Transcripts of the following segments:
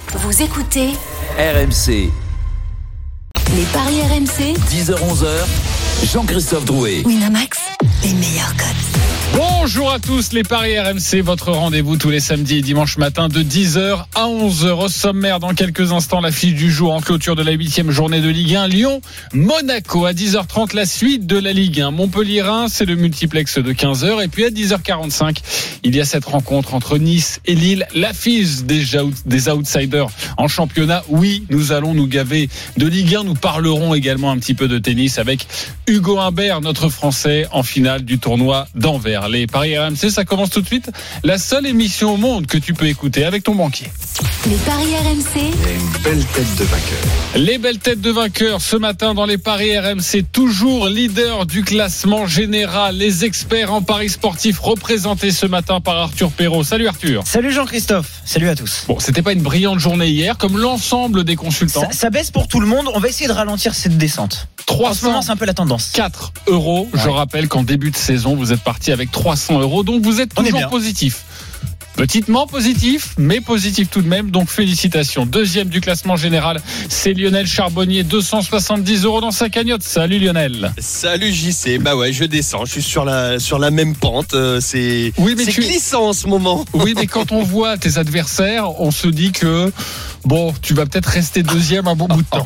Vous écoutez RMC. Les paris RMC. 10h-11h, Jean-Christophe Drouet. Winamax, les meilleurs codes. Bonjour à tous, les paris RMC, votre rendez-vous tous les samedis et dimanches matin de 10h à 11h. Au sommaire, dans quelques instants, l'affiche du jour en clôture de la 8e journée de Ligue 1. Lyon, Monaco à 10h30, la suite de la Ligue 1. Montpellier-Reims, c'est le multiplex de 15h. Et puis à 10h45, il y a cette rencontre entre Nice et Lille. L'affiche des outsiders en championnat. Oui, nous allons nous gaver de Ligue 1. Nous parlerons également un petit peu de tennis avec Hugo Humbert, notre Français, en finale du tournoi d'Anvers. Les paris RMC, ça commence tout de suite. La seule émission au monde que tu peux écouter avec ton banquier. Les paris RMC. Il y a une belle tête de vainqueur. Les belles têtes de vainqueurs ce matin dans les paris RMC, toujours leader du classement général. Les experts en paris sportifs représentés ce matin par Arthur Perrault. Salut Arthur. Salut Jean-Christophe, salut à tous. Bon, c'était pas une brillante journée hier, comme l'ensemble des consultants. Ça baisse pour tout le monde, on va essayer de ralentir cette descente. En ce moment, c'est un peu la tendance. 4 €. Je rappelle qu'en début de saison, vous êtes parti avec 300 €, donc vous êtes toujours positif. Petitement positif, mais positif tout de même, donc félicitations. Deuxième du classement général, c'est Lionel Charbonnier, 270 € dans sa cagnotte. Salut Lionel. Salut JC, bah ouais, je descends, je suis sur la même pente, c'est glissant en ce moment. Oui, mais quand on voit tes adversaires, on se dit que bon, tu vas peut-être rester deuxième un bon bout de temps.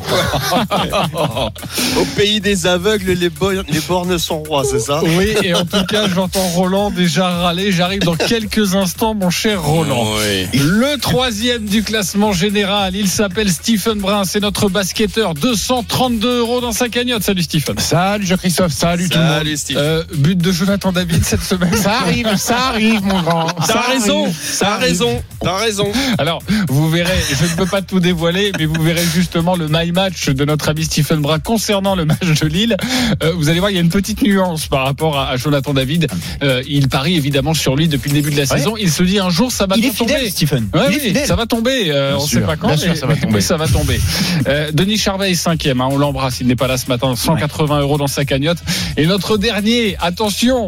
Au pays des aveugles, les bornes sont rois, c'est ça? Oui, et en tout cas, j'entends Roland déjà râler. J'arrive dans quelques instants, mon cher Roland. Oui. Le troisième du classement général, il s'appelle Stephen Brun, c'est notre basketteur, 232 € dans sa cagnotte. Salut Stephen. Salut Jean-Christophe, salut tout le monde. Salut Steve. But de Jonathan David cette semaine. Ça arrive mon grand. T'as raison. Alors, vous verrez, je ne peux pas tout dévoiler, mais vous verrez justement le my match de notre ami Stephen Brun concernant le match de Lille. Vous allez voir, il y a une petite nuance par rapport à Jonathan David. Il parie évidemment sur lui depuis le début de la saison. Il se dit un jour ça va tomber. Fidèle, Stephen. Il est fidèle. Ça va tomber. On ne sait pas quand, mais ça va tomber. Denis Charvet est 5e. On l'embrasse. Il n'est pas là ce matin. 180 € dans sa cagnotte. Et notre dernier, attention,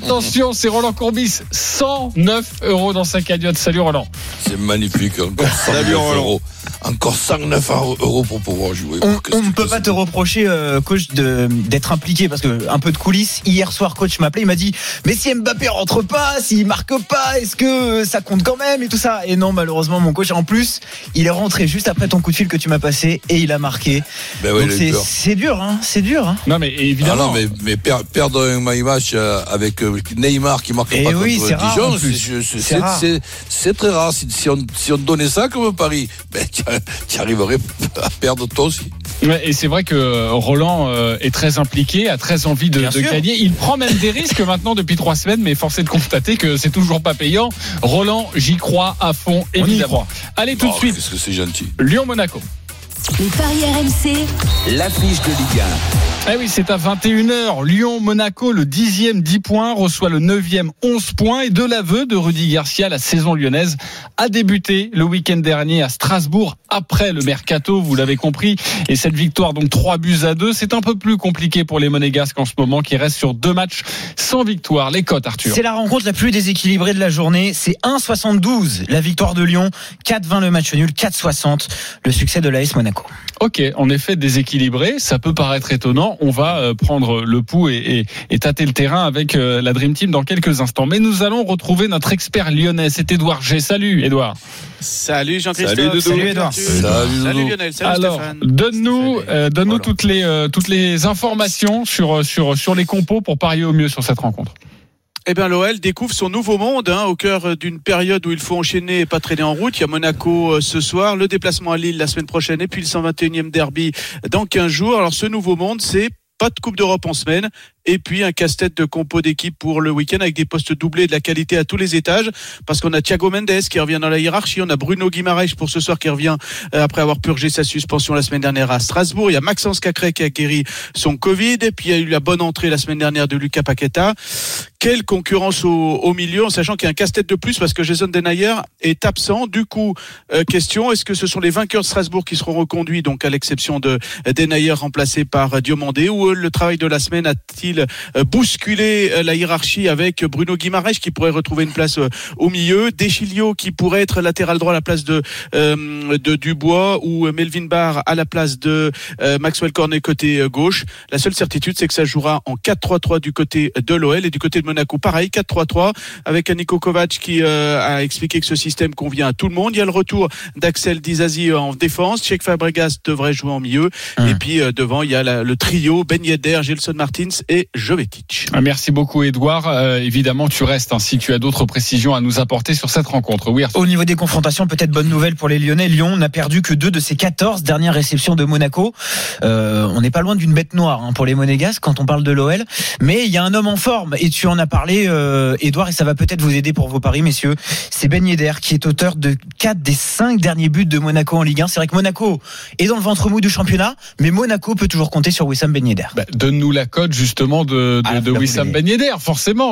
c'est Roland Courbis. 109 € dans sa cagnotte. Salut Roland. C'est magnifique. Encore 109 €. Encore 109 € pour pouvoir jouer. On ne peut pas te reprocher, coach, d'être impliqué parce que un peu de coulisses. Hier soir, coach m'a appelé, il m'a dit mais si Mbappé rentre pas, s'il marque pas, est-ce que ça compte quand même et tout ça? Et non, malheureusement, mon coach. En plus, il est rentré juste après ton coup de fil que tu m'as passé et il a marqué. Ben oui, donc c'est dur, hein. C'est dur. Hein. Non, mais évidemment. Mais perdre un match avec Neymar qui marque pas contre Dijon, c'est très rare. Si on donnait ça comme pari, ben tu arriverais à perdre toi aussi. Ouais, et c'est vrai que Roland est très impliqué, a très envie de gagner. Il prend même des risques maintenant depuis 3 semaines, mais force est de constater que c'est toujours pas payant. Roland, j'y crois à fond, évidemment. Allez, tout de suite. Qu'est-ce que c'est gentil. Lyon-Monaco. Les paris RMC. L'affiche de Ligue 1. Eh oui, c'est à 21h. Lyon-Monaco, le 10e 10 points, reçoit le 9e 11 points. Et de l'aveu de Rudy Garcia, la saison lyonnaise a débuté le week-end dernier à Strasbourg après le mercato, vous l'avez compris. Et cette victoire, donc 3-2, c'est un peu plus compliqué pour les Monégasques en ce moment, qui restent sur 2 matchs sans victoire. Les cotes, Arthur. C'est la rencontre la plus déséquilibrée de la journée. C'est 1,72 la victoire de Lyon, 4,20 le match nul, 4,60 le succès de l'AS Monaco. Ok, en effet déséquilibré, ça peut paraître étonnant. On va prendre le pouls et tâter le terrain avec la Dream Team dans quelques instants. Mais nous allons retrouver notre expert lyonnais, c'est Édouard G. Salut Édouard. Salut Jean-Christophe. Salut Doudou. Salut Édouard. Salut Lionel. Salut alors, Stéphane. donne-nous toutes les informations sur les compos pour parier au mieux sur cette rencontre. Eh bien, l'OL découvre son nouveau monde au cœur d'une période où il faut enchaîner et pas traîner en route. Il y a Monaco ce soir, le déplacement à Lille la semaine prochaine et puis le 121e derby dans 15 jours. Alors, ce nouveau monde, c'est pas de Coupe d'Europe en semaine. Et puis un casse-tête de compo d'équipe pour le week-end avec des postes doublés de la qualité à tous les étages, parce qu'on a Thiago Mendes qui revient dans la hiérarchie, on a Bruno Guimaraes pour ce soir qui revient après avoir purgé sa suspension la semaine dernière à Strasbourg. Il y a Maxence Cacré qui a guéri son Covid, et puis il y a eu la bonne entrée la semaine dernière de Lucas Paqueta. Quelle concurrence au milieu, en sachant qu'il y a un casse-tête de plus parce que Jason Denayer est absent. Du coup, question, est-ce que ce sont les vainqueurs de Strasbourg qui seront reconduits, donc à l'exception de Denayer remplacé par Diomandé, ou le travail de la semaine a-t-il peut-il bousculer la hiérarchie avec Bruno Guimaraes qui pourrait retrouver une place au milieu, Deschilio qui pourrait être latéral droit à la place de Dubois ou Melvin Barr à la place de Maxwell Cornet côté gauche. La seule certitude, c'est que ça jouera en 4-3-3 du côté de l'OL et du côté de Monaco, pareil, 4-3-3 avec un Niko Kovac qui a expliqué que ce système convient à tout le monde. Il y a le retour d'Axel Dizazi en défense. Cheikh Fabregas devrait jouer en milieu. Et puis devant, il y a le trio Ben Yedder, Gelson Martins et Jovetic. Merci beaucoup, Edouard. Évidemment, tu restes si tu as d'autres précisions à nous apporter sur cette rencontre. Oui, au niveau des confrontations, peut-être bonne nouvelle pour les Lyonnais. Lyon n'a perdu que 2 de ses 14 dernières réceptions de Monaco. On n'est pas loin d'une bête noire pour les Monégasques quand on parle de l'OL. Mais il y a un homme en forme et tu en as parlé, Edouard, et ça va peut-être vous aider pour vos paris, messieurs. C'est Ben Yedder qui est auteur de 4 des 5 derniers buts de Monaco en Ligue 1. C'est vrai que Monaco est dans le ventre mou du championnat, mais Monaco peut toujours compter sur Wissam Ben Yedder. Donne-nous la cote justement de Wissam Ben Yedder, forcément.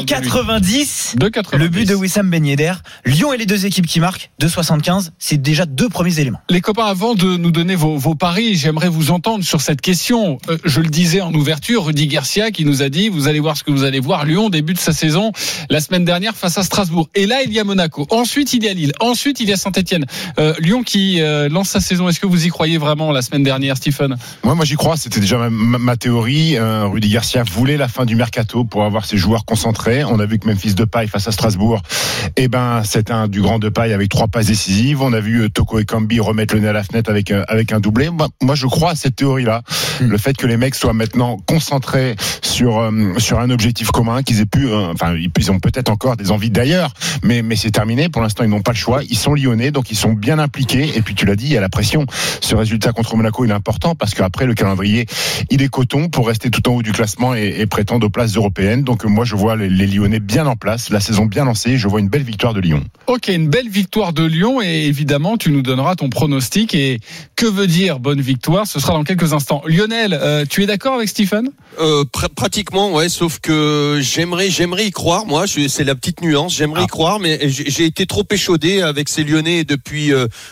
2,90 le but de Wissam Ben Yedder. Lyon et les 2 équipes qui marquent, 2,75. C'est déjà 2 premiers éléments. Les copains, avant de nous donner vos paris, j'aimerais vous entendre sur cette question. Je le disais en ouverture, Rudy Garcia qui nous a dit, vous allez voir ce que vous allez voir. Lyon débute sa saison la semaine dernière face à Strasbourg. Et là, il y a Monaco. Ensuite, il y a Lille. Ensuite, il y a Saint-Etienne. Lyon qui lance sa saison. Est-ce que vous y croyez vraiment la semaine dernière, Stephen ? Moi, j'y crois. C'était déjà ma théorie. Rudy Garcia voulait la fin du mercato pour avoir ses joueurs concentrés. On a vu que Memphis Depay face à Strasbourg, c'est du grand Depay avec 3 passes décisives. On a vu Toko Ekambi remettre le nez à la fenêtre avec un doublé. Moi, je crois à cette théorie-là. Le fait que les mecs soient maintenant concentrés sur un objectif commun, qu'ils aient pu, ils ont peut-être encore des envies d'ailleurs, mais c'est terminé. Pour l'instant, ils n'ont pas le choix. Ils sont lyonnais, donc ils sont bien impliqués. Et puis, tu l'as dit, il y a la pression. Ce résultat contre Monaco, il est important parce qu'après, le calendrier, il est coton pour rester tout en haut du classement et prétendre aux places européennes. Donc, moi, je vois les Lyonnais bien en place, la saison bien lancée. Je vois une belle victoire de Lyon. Ok, une belle victoire de Lyon et évidemment, tu nous donneras ton pronostic. Et que veut dire bonne victoire ? Ce sera dans quelques instants. Lionel, tu es d'accord avec Stephen ? Pratiquement, ouais, sauf que j'aimerais y croire. Moi, c'est la petite nuance. J'aimerais y croire, mais j'ai été trop échaudé avec ces Lyonnais depuis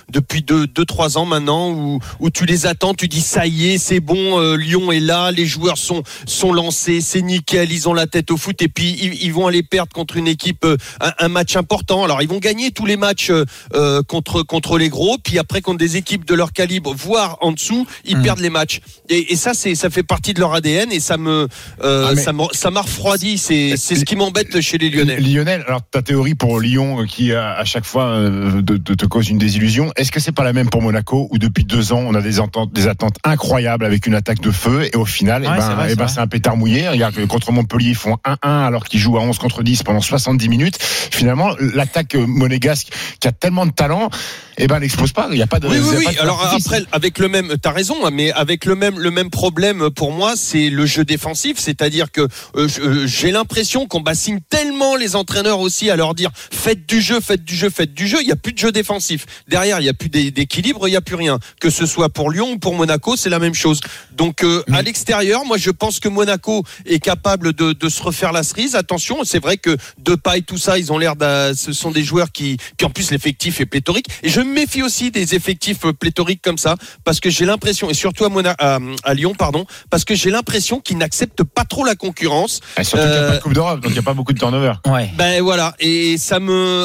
2-3 ans maintenant, où tu les attends, tu dis ça y est, c'est bon, Lyon est là, les joueurs sont lancés, c'est nickel, ils ont la tête au foot, et puis ils vont aller perdre contre une équipe, un match important. Alors ils vont gagner tous les matchs contre les gros, puis après contre des équipes de leur calibre, voire en dessous, ils perdent les matchs. Et ça fait partie de leur ADN, et ça m'a refroidi. C'est ce qui m'embête chez les Lyonnais. Lionel, alors ta théorie pour Lyon qui à chaque fois te cause une désillusion, est-ce que c'est pas la même pour Monaco où depuis 2 ans on a des attentes incroyables avec une attaque de feu et au final c'est un pétard mouillé. Regarde, contre Montpellier ils font 1-1 alors qu'ils jouent à 11 contre 10 pendant 70 minutes. Finalement l'attaque monégasque qui a tellement de talent, n'expose pas. Il y a pas de. Oui. Alors après, avec le même, t'as raison, mais avec le même problème pour moi, c'est le jeu défensif. C'est-à-dire que j'ai l'impression qu'on bassine tellement les entraîneurs aussi à leur dire faites du jeu. Il y a plus de jeu défensif. Derrière, il y a plus d'équilibre, il y a plus rien. Que ce soit pour Lyon ou pour Monaco, c'est la même chose. Donc à l'extérieur, moi je pense que Monaco est capable de se refaire la cerise. Attention, c'est vrai que Depay, tout ça, ils ont l'air ce sont des joueurs qui en plus l'effectif est pléthorique. Et je me méfie aussi des effectifs pléthoriques comme ça, parce que j'ai l'impression, et surtout à Lyon, parce que j'ai l'impression qu'ils n'acceptent pas trop la concurrence. Et surtout qu'il n'y a pas de Coupe d'Europe, donc il n'y a pas beaucoup de turnover. Ouais. Voilà, et ça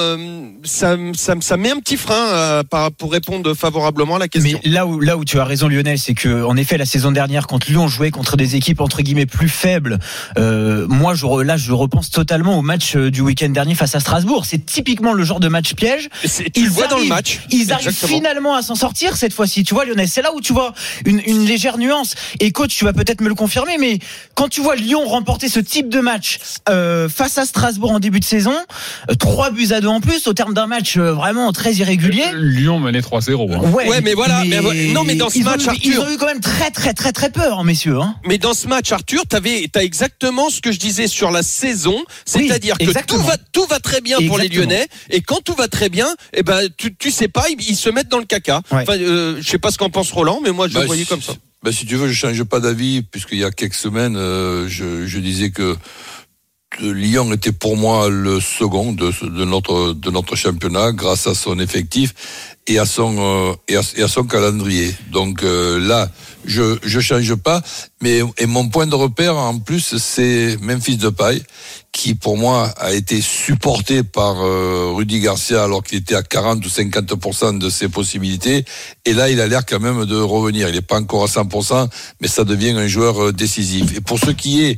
met un petit frein pour répondre favorablement à la question. Mais là où tu as raison, Lionel, c'est que en effet la saison dernière, quand Lyon jouait contre des équipes entre guillemets plus faibles, moi je repense totalement au match du week-end dernier face à Strasbourg. C'est typiquement le genre de match piège. Tu le vois dans le match. Ils arrivent finalement à s'en sortir cette fois-ci. Tu vois, Lionel, c'est là où tu vois une légère nuance. Et coach, tu vas peut-être me le confirmer, mais quand tu vois Lyon remporter ce type de match face à Strasbourg en début de saison, 3-2 en plus, au terme d'un match vraiment très irrégulier. Lyon menait 3-0. Hein. Ouais, mais voilà. Mais dans ce match, Arthur, ils ont eu quand même très peur, messieurs. Hein. Mais dans ce match, Arthur, t'as exactement ce que je disais sur la saison, c'est-à-dire que tout va très bien pour les Lyonnais, et quand tout va très bien, tu sais pas, ils se mettent dans le caca. Ouais. Enfin, je sais pas ce qu'en pense Roland, mais moi je le voyais comme ça. Si tu veux, je change pas d'avis, puisqu'il y a quelques semaines, je disais que Lyon était pour moi le second de notre championnat grâce à son effectif et à son calendrier. Donc là, je change pas, mais mon point de repère en plus c'est Memphis Depay qui pour moi a été supporté par Rudy Garcia alors qu'il était à 40 ou 50% de ses possibilités, et là il a l'air quand même de revenir. Il n'est pas encore à 100%, mais ça devient un joueur décisif. Et pour ce qui est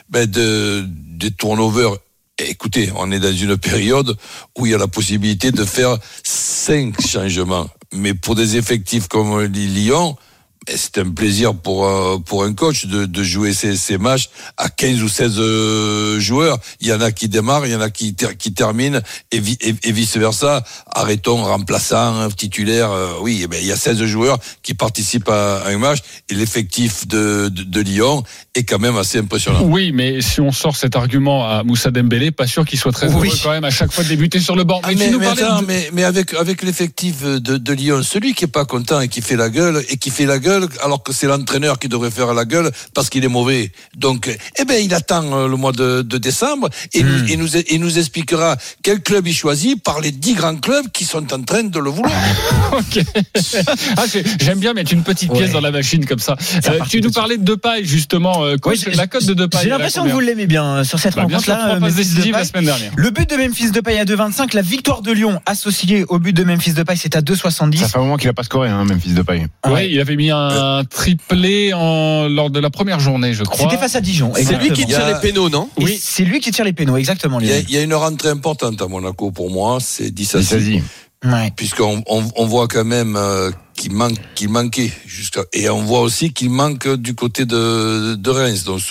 des turnovers, écoutez, on est dans une période où il y a la possibilité de faire 5 changements, mais pour des effectifs comme Lyon, c'est un plaisir pour un coach de jouer ces matchs à 15 ou 16 joueurs. Il y en a qui démarrent, il y en a qui terminent et vice versa. Arrêtons remplaçant, titulaire. Oui, il y a 16 joueurs qui participent à un match et l'effectif de Lyon est quand même assez impressionnant. Oui, mais si on sort cet argument à Moussa Dembélé, pas sûr qu'il soit très heureux quand même à chaque fois de débuter sur le banc. Mais avec l'effectif de Lyon, celui qui est pas content et qui fait la gueule alors que c'est l'entraîneur qui devrait faire la gueule parce qu'il est mauvais. Donc, il attend le mois de décembre et nous expliquera quel club il choisit par les 10 grands clubs qui sont en train de le vouloir. Ok. J'aime bien mettre une petite pièce dans la machine comme ça. Tu nous parlais de Depay justement. La cote de Depay. J'ai l'impression que vous l'aimez bien sur cette rencontre-là. La semaine dernière. Le but de Memphis Depay à 2,25. La victoire de Lyon associée au but de Memphis Depay, c'est à 2,70. Ça fait un moment qu'il n'a pas scoré, Memphis Depay. Oui, il avait mis un triplé lors de la première journée, je crois. C'était face à Dijon. C'est lui qui tire les pénaux, non ? Oui, c'est lui qui tire les pénaux, exactement. Il y a une rentrée importante à Monaco pour moi, c'est Dissasi. Ouais. Puisqu'on voit quand même qu'il manquait et on voit aussi qu'il manque du côté de Reims. Donc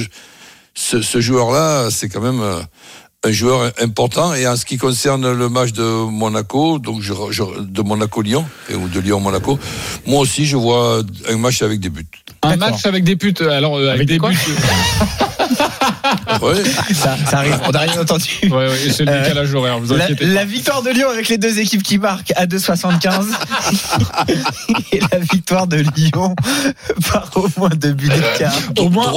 ce joueur-là, c'est quand même un joueur important. Et en ce qui concerne le match de Monaco, donc de Monaco-Lyon ou de Lyon-Monaco, moi aussi je vois un match avec des buts. Un match avec des buts. Alors avec des buts. Ouais. Ça arrive, on n'a rien entendu. Ouais, c'est le décalage horaire, vous inquiétez pas. La victoire de Lyon avec les deux équipes qui marquent à 2,75 et la victoire de Lyon par au moins 2 buts d'écart. Au moins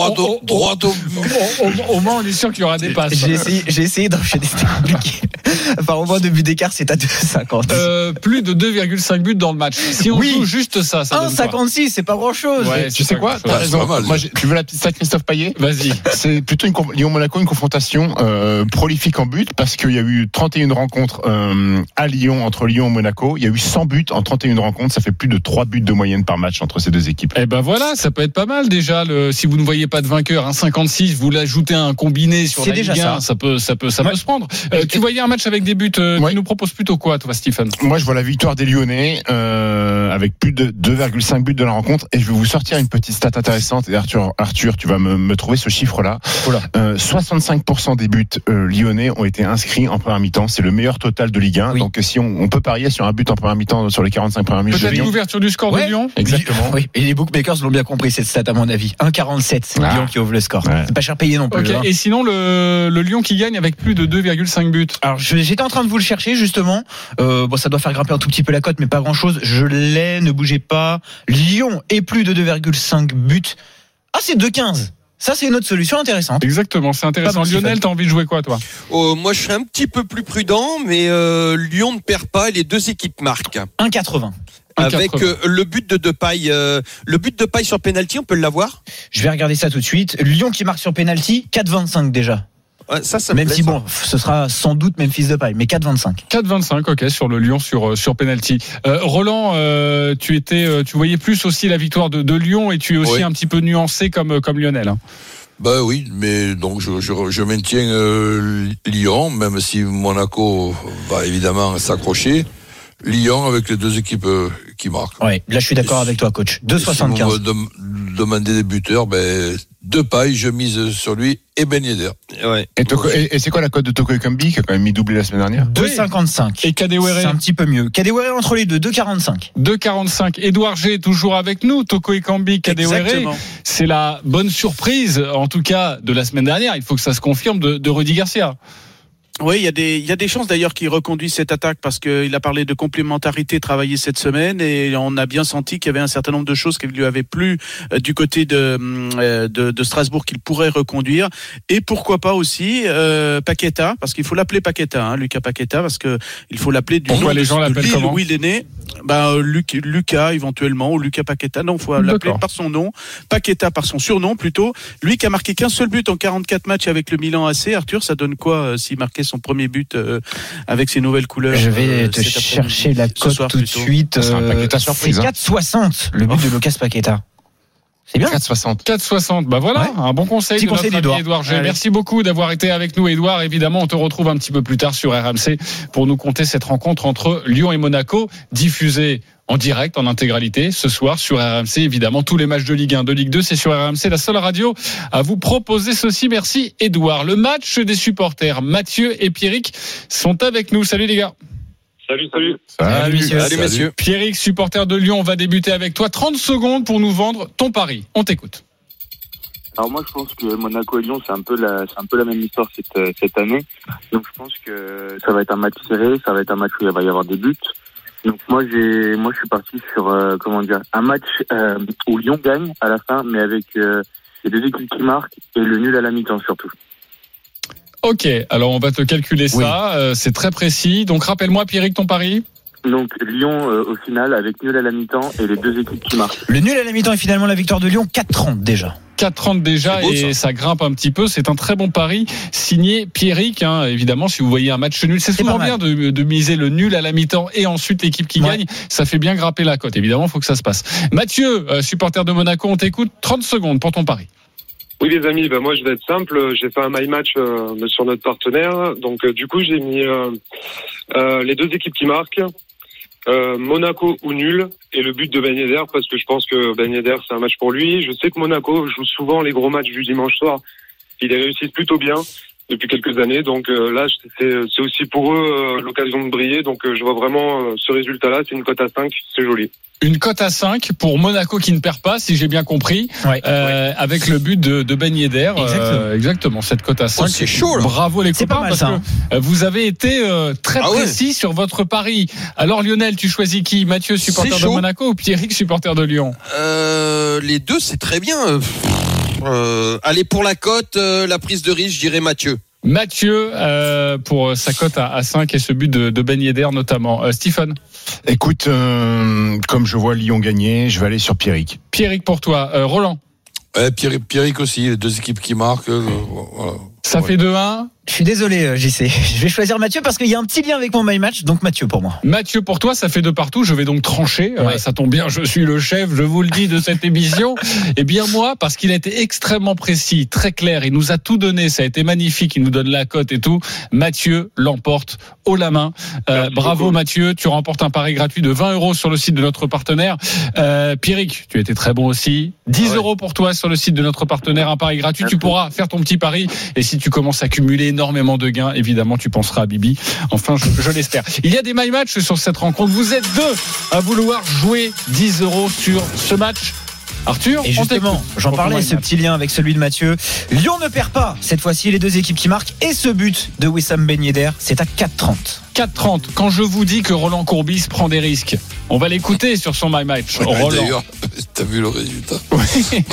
on est sûr qu'il y aura des passes. J'ai essayé d'enchaîner, c'était compliqué. Par au moins 2 buts d'écart, c'est à 2,50. Plus de 2,5 buts dans le match. Si on joue juste ça donne 1,56, c'est pas grand chose. Ouais, tu sais quoi, t'as raison. Moi, tu veux la petite stat Christophe Payet ? Vas-y. C'est plutôt Lyon-Monaco, une confrontation prolifique en but, parce qu'il y a eu 31 rencontres à Lyon, entre Lyon et Monaco. Il y a eu 100 buts en 31 rencontres. Ça fait plus de 3 buts de moyenne par match entre ces deux équipes. Et voilà, ça peut être pas mal déjà. Si vous ne voyez pas de vainqueur, 1,56, vous l'ajoutez à un combiné sur la Ligue 1, ça peut se prendre. Tu voyais un match avec des buts, tu nous proposes plutôt quoi, toi, Stephen ? Moi, je vois la victoire des Lyonnais avec plus de 2,5 buts de la rencontre, et je vais vous sortir une petite stat intéressante. Et Arthur, tu vas me trouver ce chiffre-là. 65% des buts lyonnais ont été inscrits en première mi-temps. C'est le meilleur total de Ligue 1. Oui. Donc si on peut parier sur un but en première mi-temps sur les 45 premières minutes de Lyon. Peut-être l'ouverture du score de Lyon. Exactement. Oui. Et les bookmakers l'ont bien compris, cette stat à mon avis. 1,47 Lyon qui ouvre le score. Ouais. C'est pas cher payé non plus. Okay. Et sinon le Lyon qui gagne avec plus de 2,5 buts. Alors j'étais en train de vous le chercher justement. Ça doit faire grimper un tout petit peu la cote, mais pas grand chose. Je l'ai, ne bougez pas. Lyon et plus de 2,5 buts. Ah, c'est 2,15. Ça, c'est une autre solution intéressante. Exactement, c'est intéressant. Lionel, t'as envie de jouer quoi, toi ? Moi, je serais un petit peu plus prudent, mais Lyon ne perd pas et les deux équipes marquent. 1,80. Avec le but de Depay. Le but de Depay sur penalty, on peut l'avoir ? Je vais regarder ça tout de suite. Lyon qui marque sur penalty, 4,25 déjà. Ouais, ça même plaît, si ce sera sans doute Memphis Depay, mais 4,25. 4,25, ok, sur le Lyon sur penalty. Roland, tu voyais plus aussi la victoire de Lyon et tu es aussi un petit peu nuancé comme Lionel. Hein. Bah oui, mais donc je maintiens Lyon, même si Monaco va évidemment s'accrocher. Lyon avec les deux équipes qui marquent. Ouais, là je suis d'accord avec toi, coach. 2,75. Si vous me demandez des buteurs, Depay, je mise sur lui et Ben Yedder. Ouais. Et c'est quoi la cote de Toko Ekambi qui a quand même mis doublé la semaine dernière ? 2,55. Et Kadewere ? C'est un petit peu mieux. Kadewere entre les deux, 2,45. 2,45. Édouard G toujours avec nous. Toko Ekambi, Kadewere. C'est la bonne surprise, en tout cas de la semaine dernière. Il faut que ça se confirme de Rudy Garcia. Oui, il y a des chances d'ailleurs qu'il reconduise cette attaque parce qu'il a parlé de complémentarité travaillée cette semaine et on a bien senti qu'il y avait un certain nombre de choses qui lui avaient plu du côté de Strasbourg qu'il pourrait reconduire et pourquoi pas aussi Paqueta parce qu'il faut l'appeler Paqueta, Lucas Paqueta parce que il faut l'appeler du Pourquoi nom les gens de l'appellent l'île comment où il est né. Lucas éventuellement ou Lucas Paqueta, non, faut l'appeler par son nom, Paqueta par son surnom plutôt. Lui qui a marqué qu'un seul but en 44 matchs avec le Milan AC. Arthur, ça donne quoi s'il marquait son premier but avec ses nouvelles couleurs? Je vais te chercher la cote tout de suite. C'est un Paqueta surprise. C'est 4,60 le but de Lucas Paqueta. C'est bien. 4,60. Bah voilà, un bon conseil de notre ami Édouard G. Merci beaucoup d'avoir été avec nous, Édouard. Évidemment, on te retrouve un petit peu plus tard sur RMC pour nous conter cette rencontre entre Lyon et Monaco, diffusée en direct, en intégralité, ce soir sur RMC. Évidemment, tous les matchs de Ligue 1, de Ligue 2, c'est sur RMC, la seule radio à vous proposer ceci. Merci, Édouard. Le match des supporters, Mathieu et Pierrick sont avec nous. Salut les gars. Salut messieurs. Pierrick, supporter de Lyon, on va débuter avec toi. 30 secondes pour nous vendre ton pari. On t'écoute. Alors moi je pense que Monaco et Lyon c'est un peu la même histoire cette année. Donc je pense que ça va être un match serré, ça va être un match où il va y avoir des buts. Donc moi je suis parti sur un match où Lyon gagne à la fin, mais avec les deux équipes qui marquent et le nul à la mi-temps surtout. Ok, alors on va te calculer ça, c'est très précis. Donc rappelle-moi Pierrick ton pari. Donc Lyon au final avec nul à la mi-temps et les deux équipes qui marquent. Le nul à la mi-temps et finalement la victoire de Lyon, 4-30 déjà. 4-30 déjà beau, et ça grimpe un petit peu. C'est un très bon pari signé Pierrick. Évidemment, si vous voyez un match nul, c'est souvent bien de miser le nul à la mi-temps et ensuite l'équipe qui gagne. Ça fait bien grimper la cote. Évidemment, il faut que ça se passe. Mathieu, supporter de Monaco, on t'écoute. 30 secondes pour ton pari. Oui les amis, moi je vais être simple, j'ai fait un my match sur notre partenaire, donc du coup j'ai mis les deux équipes qui marquent, Monaco ou nul et le but de Ben Yedder parce que je pense que Ben Yedder c'est un match pour lui. Je sais que Monaco joue souvent les gros matchs du dimanche soir, ils les réussissent plutôt bien depuis quelques années, donc là c'est aussi pour eux l'occasion de briller, donc je vois vraiment ce résultat-là, c'est une cote à 5, c'est joli. Une cote à 5 pour Monaco qui ne perd pas, si j'ai bien compris, avec le but de Ben Yedder. Exactement, cette cote à 5. C'est chaud, là. Bravo les copains, parce que vous avez été très précis sur votre pari. Alors Lionel, tu choisis qui? Mathieu, supporter de Monaco, ou Pierrick, supporter de Lyon? Les deux, c'est très bien. Allez, pour la cote, la prise de risque, je dirais Mathieu. Mathieu, pour sa cote à 5 et ce but de Ben Yedder notamment. Stephen? Écoute, comme je vois Lyon gagner, je vais aller sur Pierrick. Pierrick pour toi. Roland? Pierrick aussi, les deux équipes qui marquent. Voilà. Ça fait 2-1. Je suis désolé, JC. Je vais choisir Mathieu parce qu'il y a un petit lien avec mon my match, donc Mathieu pour moi. Mathieu pour toi, ça fait 2 partout. Je vais donc trancher. Ça tombe bien, je suis le chef, je vous le dis, de cette émission. Et bien moi, parce qu'il a été extrêmement précis, très clair, il nous a tout donné, ça a été magnifique, il nous donne la cote et tout. Mathieu l'emporte haut la main. Bravo beaucoup. Mathieu, tu remportes un pari gratuit de 20 € sur le site de notre partenaire. Pierrick, tu étais très bon aussi. 10 € pour toi sur le site de notre partenaire, un pari gratuit. Tu pourras faire ton petit pari. Et si tu commences à cumuler énormément de gains, évidemment tu penseras à Bibi. Enfin, je l'espère. Il y a des my match sur cette rencontre. Vous êtes deux à vouloir jouer 10 € sur ce match. Arthur, et justement, j'en parlais, ce petit lien avec celui de Mathieu. Lyon ne perd pas cette fois-ci, les deux équipes qui marquent, et ce but de Wissam Ben Yedder, c'est à 4,30. 4,30. Quand je vous dis que Roland Courbis prend des risques, on va l'écouter sur son my match. Roland, d'ailleurs, t'as vu le résultat? Oui.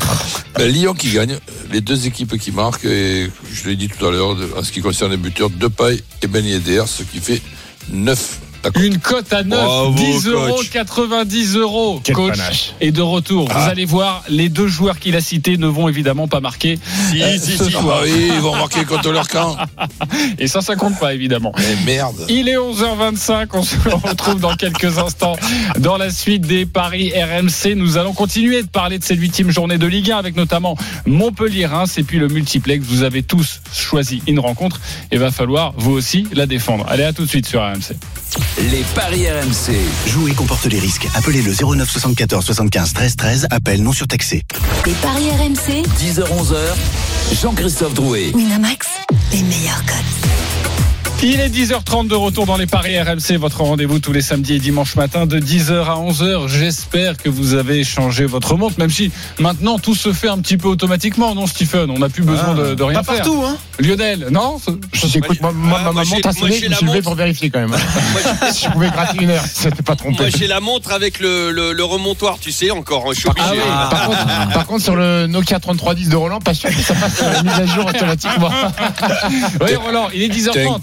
Lyon qui gagne, les deux équipes qui marquent, et je l'ai dit tout à l'heure, en ce qui concerne les buteurs, Depay et Ben Yedder, ce qui fait 9. Une cote à 9, bravo, 10 €, 90 €. Quel coach panache. est de retour. Vous allez voir, les deux joueurs qu'il a cités ne vont évidemment pas marquer ce soir. Ah oui, ils vont marquer contre leur camp. Et ça compte pas évidemment. Mais merde. Il est 11h25, on se retrouve dans quelques instants dans la suite des paris RMC. Nous allons continuer de parler de cette 8e journée de Ligue 1 avec notamment Montpellier-Reims et puis le multiplex. Vous avez tous choisi une rencontre et va falloir vous aussi la défendre. Allez, à tout de suite sur RMC. Les paris RMC. Jouer comporte les risques. Appelez le 09 74 75 13 13. Appel non surtaxé. Les paris RMC. 10h-11h. Jean-Christophe Drouet. Winamax, les meilleurs codes. Il est 10h30 de retour dans les paris RMC, votre rendez-vous tous les samedis et dimanches matin de 10h à 11h. J'espère que vous avez changé votre montre, même si maintenant tout se fait un petit peu automatiquement, non Stephen? On n'a plus besoin de rien faire. Pas partout, hein. Lionel, non? J'écoute, ma montre a sonné, je me suis levé pour vérifier quand même. Si je pouvais gratter une heure, c'était pas trompé. Moi j'ai la montre avec le remontoir, tu sais, encore. Je suis obligé. Par contre, sur le Nokia 3310 de Roland, pas sûr que ça fasse la mise à jour automatiquement. Oui, Roland, il est 10h30.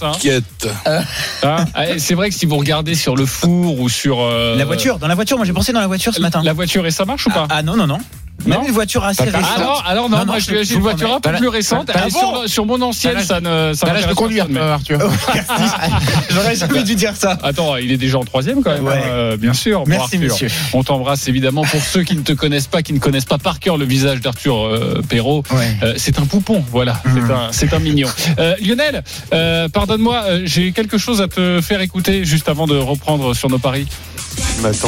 C'est vrai que si vous regardez sur le four ou sur la voiture, moi j'ai pensé dans la voiture ce matin. La voiture, et ça marche ou pas? Non. Même une voiture assez récente. Alors non, moi j'ai une voiture un peu plus récente. Sur mon ancienne, ça l'âge de conduire, Arthur. J'aurais jamais dû dire ça. Attends, il est déjà en 3e quand même, bien sûr. Merci monsieur. On t'embrasse évidemment. Pour ceux qui ne te connaissent pas, qui ne connaissent pas par cœur le visage d'Arthur Perrault, c'est un poupon, voilà. C'est un mignon. Lionel, pardonne-moi, j'ai quelque chose à te faire écouter juste avant de reprendre sur nos paris. Je m'attends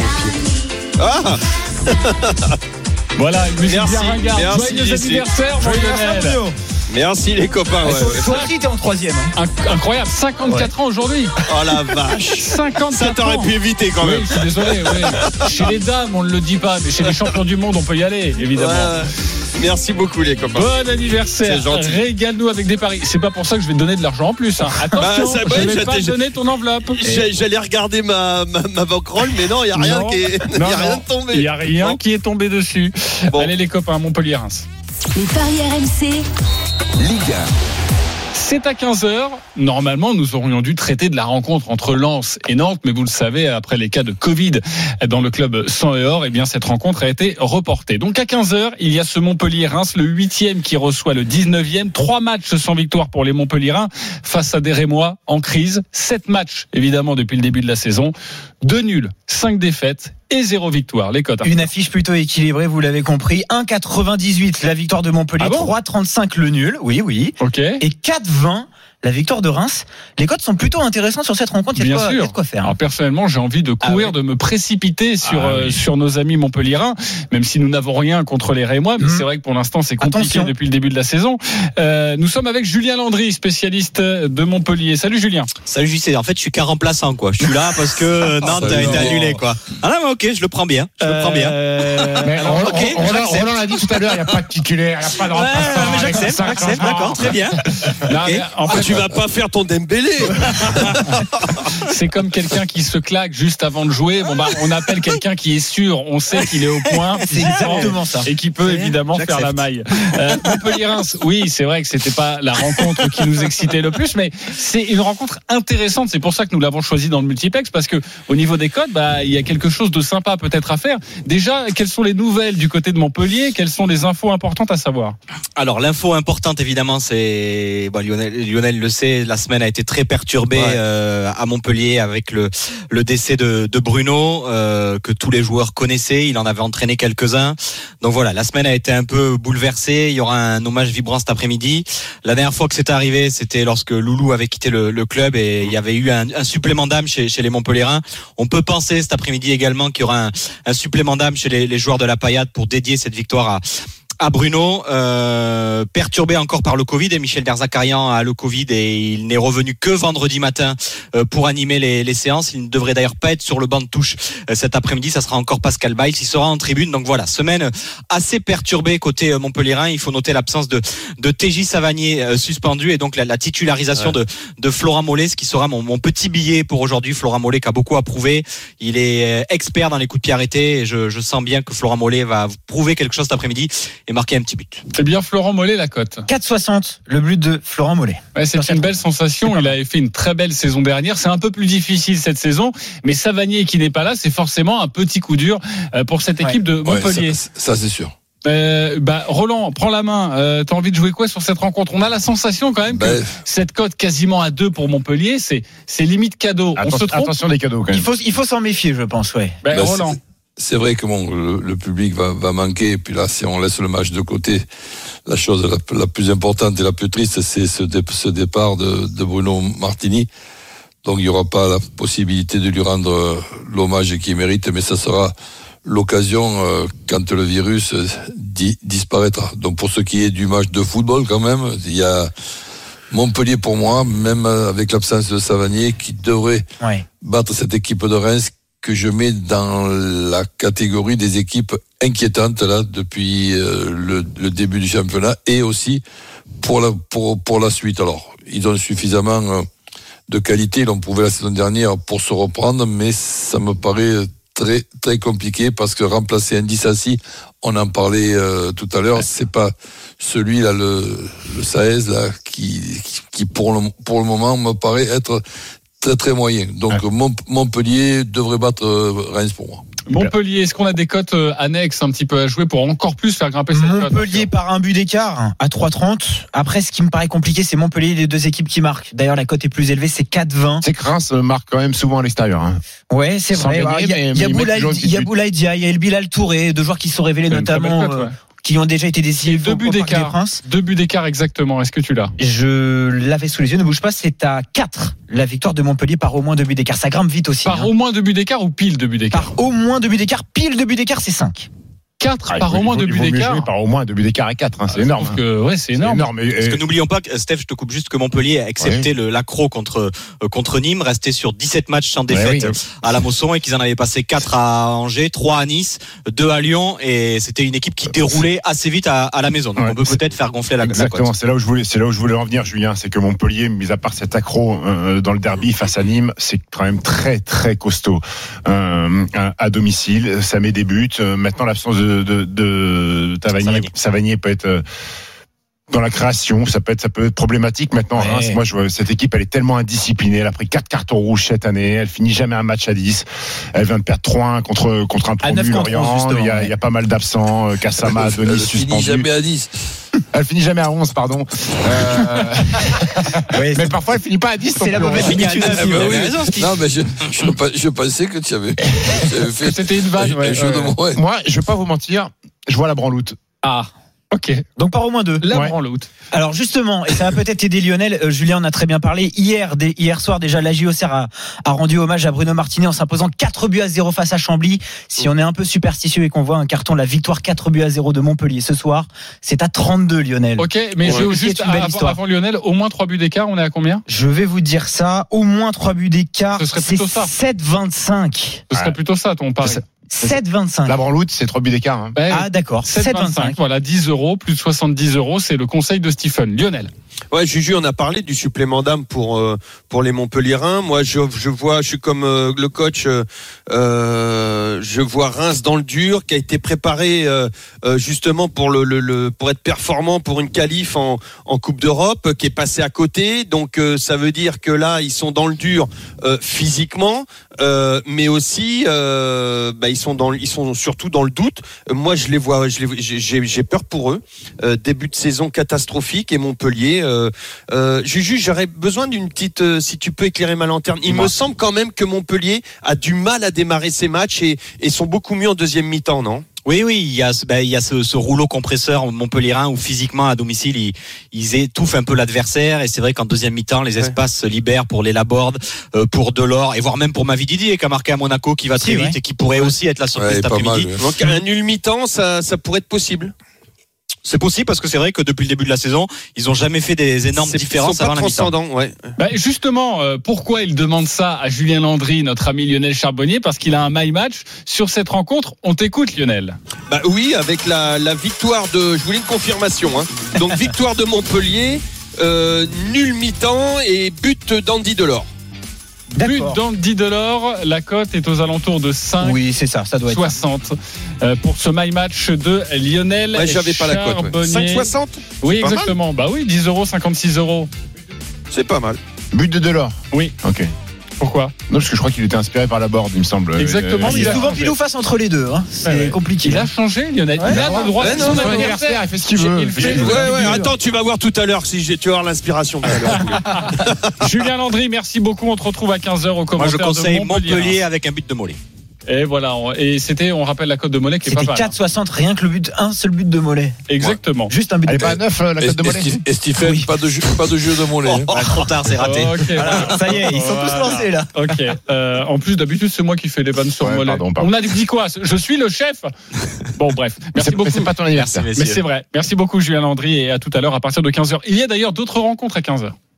au pire. Voilà, une musique bien ringarde. Joyeux anniversaire, mon Lionel. Merci les copains. Toi aussi t'es en 3e. Incroyable, 54 ans aujourd'hui. Oh la vache. 54 ans. Ça t'aurait pu éviter quand même. Oui, je suis désolé. Chez les dames, on ne le dit pas, mais chez les champions du monde, on peut y aller, évidemment. Merci beaucoup les copains. Bon anniversaire. Régale-nous avec des paris. C'est pas pour ça que je vais te donner de l'argent en plus. Attention, je vais pas te donner ton enveloppe. J'allais regarder ma banquerolle, mais non, il n'y a rien qui est tombé. Il n'y a rien qui est tombé dessus. Allez les copains, Montpellier-Reims. Les paris RMC. Ligue 1. C'est à 15h. Normalement, nous aurions dû traiter de la rencontre entre Lens et Nantes, mais vous le savez, après les cas de Covid dans le club sang et or, cette rencontre a été reportée. Donc à 15h, il y a ce Montpellier-Reims, le 8e qui reçoit le 19e. 3 matchs sans victoire pour les Montpelliérains face à des Rémois en crise. 7 matchs, évidemment, depuis le début de la saison. 2 nuls, 5 défaites et 0 victoire. Les cotes. Une affiche plutôt équilibrée, vous l'avez compris. 1,98 la victoire de Montpellier, 3,35 le nul. Oui. Ok. Et 4,20 la victoire de Reims. Les cotes sont plutôt intéressantes sur cette rencontre. Il y a de quoi faire. Alors personnellement, j'ai envie de courir, de me précipiter sur nos amis montpelliérains, même si nous n'avons rien contre les Rémois. Mais c'est vrai que pour l'instant, c'est compliqué depuis le début de la saison. Nous sommes avec Julien Landry, spécialiste de Montpellier. Salut Julien. Salut JC. En fait, je suis qu'un remplaçant, quoi. Je suis là parce que Nantes a été annulé, quoi. Ah non, mais ok, je le prends bien. Mais Roland l'a dit tout à l'heure, il n'y a pas de titulaire, il n'y a pas de remplaçant. Mais j'accepte, d'accord, très bien. En fait, tu vas pas faire ton Dembélé. C'est comme quelqu'un qui se claque juste avant de jouer. On appelle quelqu'un qui est sûr, on sait qu'il est au point. C'est exactement ça. Et qui peut évidemment faire la maille. Montpellier-Reims, oui, c'est vrai que c'était pas la rencontre qui nous excitait le plus, mais c'est une rencontre intéressante. C'est pour ça que nous l'avons choisi dans le multiplex, parce que au niveau des codes, il y a quelque chose de sympa peut-être à faire. Déjà, quelles sont les nouvelles du côté de Montpellier? Quelles sont les infos importantes à savoir? Alors, l'info importante, évidemment, c'est Lionel le sait, la semaine a été très perturbée à Montpellier avec le décès de Bruno que tous les joueurs connaissaient. Il en avait entraîné quelques-uns. Donc voilà, la semaine a été un peu bouleversée. Il y aura un hommage vibrant cet après-midi. La dernière fois que c'est arrivé, c'était lorsque Loulou avait quitté le club et il y avait eu un supplément d'âme chez les Montpelliérains. On peut penser cet après-midi également qu'il y aura un supplément d'âme chez les joueurs de la Paillade pour dédier cette victoire à Bruno, perturbé encore par le Covid, et Michel Derzakarian a le Covid et il n'est revenu que vendredi matin pour animer les séances. Il ne devrait d'ailleurs pas être sur le banc de touche cet après-midi. Ça sera encore Pascal Bails, il sera en tribune. Donc voilà, semaine assez perturbée côté Montpelliérain. Il faut noter l'absence de TJ Savanier suspendu et donc la titularisation de Florent Mollet, ce qui sera mon petit billet pour aujourd'hui. Florent Mollet qui a beaucoup approuvé. Il est expert dans les coups de pied arrêtés et je sens bien que Florent Mollet va prouver quelque chose cet après-midi et marquer un petit but. C'est bien Florent Mollet la cote. 4,60 le but de Florent Mollet. C'est une belle sensation. Il avait fait une très belle saison dernière. C'est un peu plus difficile cette saison, mais Savanier qui n'est pas là, c'est forcément un petit coup dur pour cette équipe de Montpellier. Ça c'est sûr. Roland, prends la main. T'as envie de jouer quoi sur cette rencontre? On a la sensation quand même que cette cote quasiment à 2 pour Montpellier, c'est limite cadeau. On se trompe. Attention des cadeaux quand même. Il faut s'en méfier, je pense. Roland. C'est vrai que le public va manquer. Et puis là, si on laisse le match de côté, la chose la plus importante et la plus triste, c'est ce départ de Bruno Martini. Donc il n'y aura pas la possibilité de lui rendre l'hommage qu'il mérite, mais ça sera l'occasion quand le virus disparaîtra. Donc pour ce qui est du match de football, quand même, il y a Montpellier pour moi, même avec l'absence de Savanier, qui devrait battre cette équipe de Reims, que je mets dans la catégorie des équipes inquiétantes là depuis le début du championnat, et aussi pour la suite. Alors, ils ont suffisamment de qualité, ils l'ont prouvé la saison dernière pour se reprendre, mais ça me paraît très très compliqué, parce que remplacer un Dissassi, on en parlait tout à l'heure, c'est pas celui-là, le Saez là, qui pour le moment me paraît être très très moyen. Donc Montpellier devrait battre Reims pour moi. Montpellier, est-ce qu'on a des cotes annexes un petit peu à jouer pour encore plus faire grimper cette cote? Montpellier par un but d'écart à 3,30. Après, ce qui me paraît compliqué, c'est Montpellier, les deux équipes qui marquent. D'ailleurs, la cote est plus élevée, c'est 4,20. C'est que Reims marque quand même souvent à l'extérieur. Hein. Ouais, c'est vrai. Il y a Boulaye Dia, il y a El Bilal Touré, deux joueurs qui se sont révélés notamment. Qui ont déjà été décisifs. 2 buts d'écart. 2 buts d'écart exactement. Est-ce que tu l'as? Je l'avais sous les yeux. Ne bouge pas. C'est à 4 la victoire de Montpellier par au moins 2 buts d'écart. Ça grimpe vite aussi. Par au moins 2 buts d'écart ou pile 2 buts d'écart? Par au moins 2 buts d'écart. Pile 2 buts d'écart, c'est 5. 4 par au moins 2 buts d'écart. Par au moins 2 buts d'écart et 4, c'est énorme. C'est énorme. Parce que n'oublions pas que, Steph, je te coupe juste, que Montpellier a accepté l'accro contre Nîmes, resté sur 17 matchs sans défaite à la Mosson, et qu'ils en avaient passé 4 à Angers, 3 à Nice, 2 à Lyon, et c'était une équipe qui déroulait assez vite à la maison. Donc on peut peut-être faire gonfler la cote. Exactement, c'est là où je voulais en venir, Julien, c'est que Montpellier, mis à part cet accro dans le derby face à Nîmes, c'est quand même très très costaud à domicile. Ça met des buts. Maintenant, l'absence de Savanier peut être dans la création, ça peut être problématique. Maintenant, Reims, moi, cette équipe, elle est tellement indisciplinée. Elle a pris 4 cartons rouges cette année. Elle finit jamais un match à 10. Elle vient de perdre 3-1 contre un promu, Lorient. Il y a pas mal d'absents. Kassama, Denis suspendu. Elle finit jamais à 10. Elle finit jamais à 11, pardon. Mais parfois, elle finit pas à 10. C'est la mauvaise habitude. Non, mais je pensais que tu avais fait. C'était une vanne. Moi, je vais pas vous mentir, je vois la branloute. Ah. Ok. Donc par au moins 2. La branloute. Alors justement, et ça va peut-être aider Lionel, Julien en a très bien parlé, hier soir déjà, la JOCR a rendu hommage à Bruno Martinet en s'imposant 4-0 face à Chambly. Si on est un peu superstitieux et qu'on voit un carton, la victoire 4-0 de Montpellier ce soir, c'est à 32, Lionel. Ok, mais juste avant Lionel, au moins 3 buts d'écart, on est à combien? Je vais vous dire ça, au moins 3 buts d'écart, ce serait plutôt ça. 7,25. Ce serait plutôt ça ton pari. 7,25. La branloute, c'est 3 buts d'écart. Hein. Ah d'accord, 7,25. Voilà, 10 €, plus de 70 €, c'est le conseil de Stephen. Lionel. Ouais, Juju, on a parlé du supplément d'âme pour les Montpelliérains. Moi, je suis comme le coach, je vois Reims dans le dur, qui a été préparé justement pour pour être performant pour une qualif en Coupe d'Europe, qui est passé à côté. Donc ça veut dire que là, ils sont dans le dur physiquement, mais aussi ils sont surtout dans le doute. Moi, je les vois, j'ai peur pour eux. Début de saison catastrophique, et Montpellier. Juju, j'aurais besoin d'une petite, si tu peux éclairer ma lanterne. Il me semble quand même que Montpellier a du mal à démarrer ses matchs et sont beaucoup mieux en deuxième mi-temps, non? Oui, il y a ce rouleau compresseur montpelliérain où physiquement à domicile ils étouffent un peu l'adversaire, et c'est vrai qu'en deuxième mi-temps les espaces se libèrent pour les Laborde, pour Delors, et voire même pour Mavi Didier qui a marqué à Monaco, qui va très vite et qui pourrait aussi être la surprise cet après-midi. Donc un nul mi-temps, ça pourrait être possible. C'est possible, parce que c'est vrai que depuis le début de la saison, ils n'ont jamais fait des énormes différences avant la mi-temps. Justement, pourquoi il demande ça à Julien Landry, notre ami Lionel Charbonnier? Parce qu'il a un my match sur cette rencontre. On t'écoute, Lionel. Oui, avec la victoire de... Je voulais une confirmation. Donc victoire de Montpellier, nul mi-temps et but d'Andy Delors. But d'Andy Delors, la cote est aux alentours de 5. Oui, c'est ça doit être 60 pour ce my match de Lionel. J'avais pas la cote. 5,60. Oui, exactement. Bah oui, 10 €, 56 €. C'est pas mal. But de Delors. Oui. Ok. Pourquoi? Non, parce que je crois qu'il était inspiré par Laborde, il me semble. Exactement. Il a souvent pilou face entre les deux. C'est compliqué. Il a changé, Lionel. Il a le droit de son anniversaire. Il fait ce qu'il veut. Attends, tu vas voir tout à l'heure si tu vas avoir l'inspiration. Julien Landry, merci beaucoup. On te retrouve à 15 h au commentaire. Moi, je conseille Montpellier avec un but de Mollet. Et voilà, on rappelle la cote de Mollet qui est pas mal. C'était 4,60, rien que un seul but de Mollet. Exactement. Juste un but de Mollet. Elle est pas à 9, la cote de Mollet. Et Stephen, pas de jeu de Mollet. Trop tard, c'est raté. Voilà, ça y est, ils sont tous lancés là. Ok. En plus, d'habitude, c'est moi qui fais les vannes sur Mollet. Pardon. On a dit quoi? Je suis le chef. Bon, bref. Merci beaucoup. Mais c'est pas ton anniversaire. Mais c'est vrai. Merci beaucoup, Julien Landry, et à tout à l'heure à partir de 15 h. Il y a d'ailleurs d'autres rencontres à 15 h.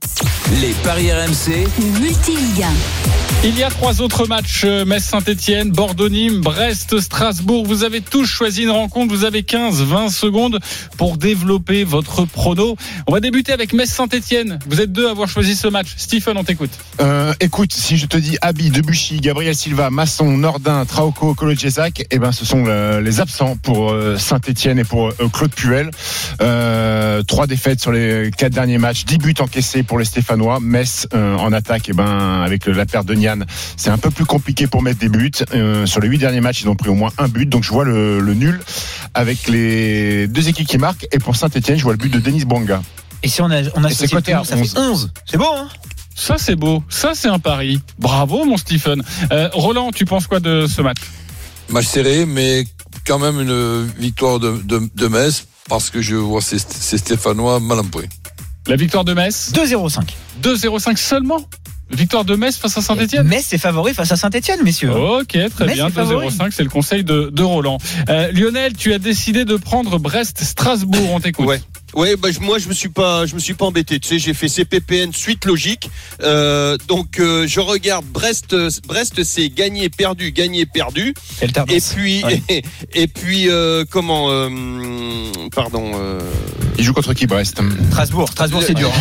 Les paris RMC. Le multi-Ligue 1. Il y a 3 autres matchs, Metz-Saint-Etienne, Bordeaux-Nîmes, Brest-Strasbourg. Vous avez tous choisi une rencontre, vous avez 15-20 secondes pour développer votre prono. On va débuter avec Metz-Saint-Etienne. Vous êtes 2 à avoir choisi ce match. Stephen, on t'écoute. Écoute, si je te dis Abi, Debuchy, Gabriel Silva, Masson, Nordin, Traoko, Kolo-Djesak, ce sont les absents pour Saint-Etienne et pour Claude Puel. 3 défaites sur les 4 derniers matchs, 10 buts encaissés pour les Stéphanois. Metz en attaque, avec la perte de Nian, c'est un peu plus compliqué pour mettre des buts. Sur les 8 derniers matchs, ils ont pris au moins un but, donc je vois le nul avec les 2 équipes qui marquent. Et pour Saint-Etienne, je vois le but de Denis Bouanga. Et si on a ce côté, ça fait 11. C'est beau, hein? Ça, c'est beau. Ça, c'est un pari. Bravo, mon Stephen. Roland, tu penses quoi de ce match? Match serré, mais quand même une victoire de Metz, parce que je vois ces Stéphanois mal en point. La victoire de Metz 2-0-5. 2-0-5 seulement? Victoire de Metz face à Saint-Etienne. Metz est favori face à Saint-Etienne, messieurs. Ok, très bien. 2-0-5, c'est le conseil de Roland. Lionel, tu as décidé de prendre Brest-Strasbourg. On t'écoute. Ouais, moi je me suis pas embêté. Tu sais, j'ai fait CPPN suite logique. Donc je regarde Brest, c'est gagné perdu. Et puis Il joue contre qui, Brest? Strasbourg, c'est dur.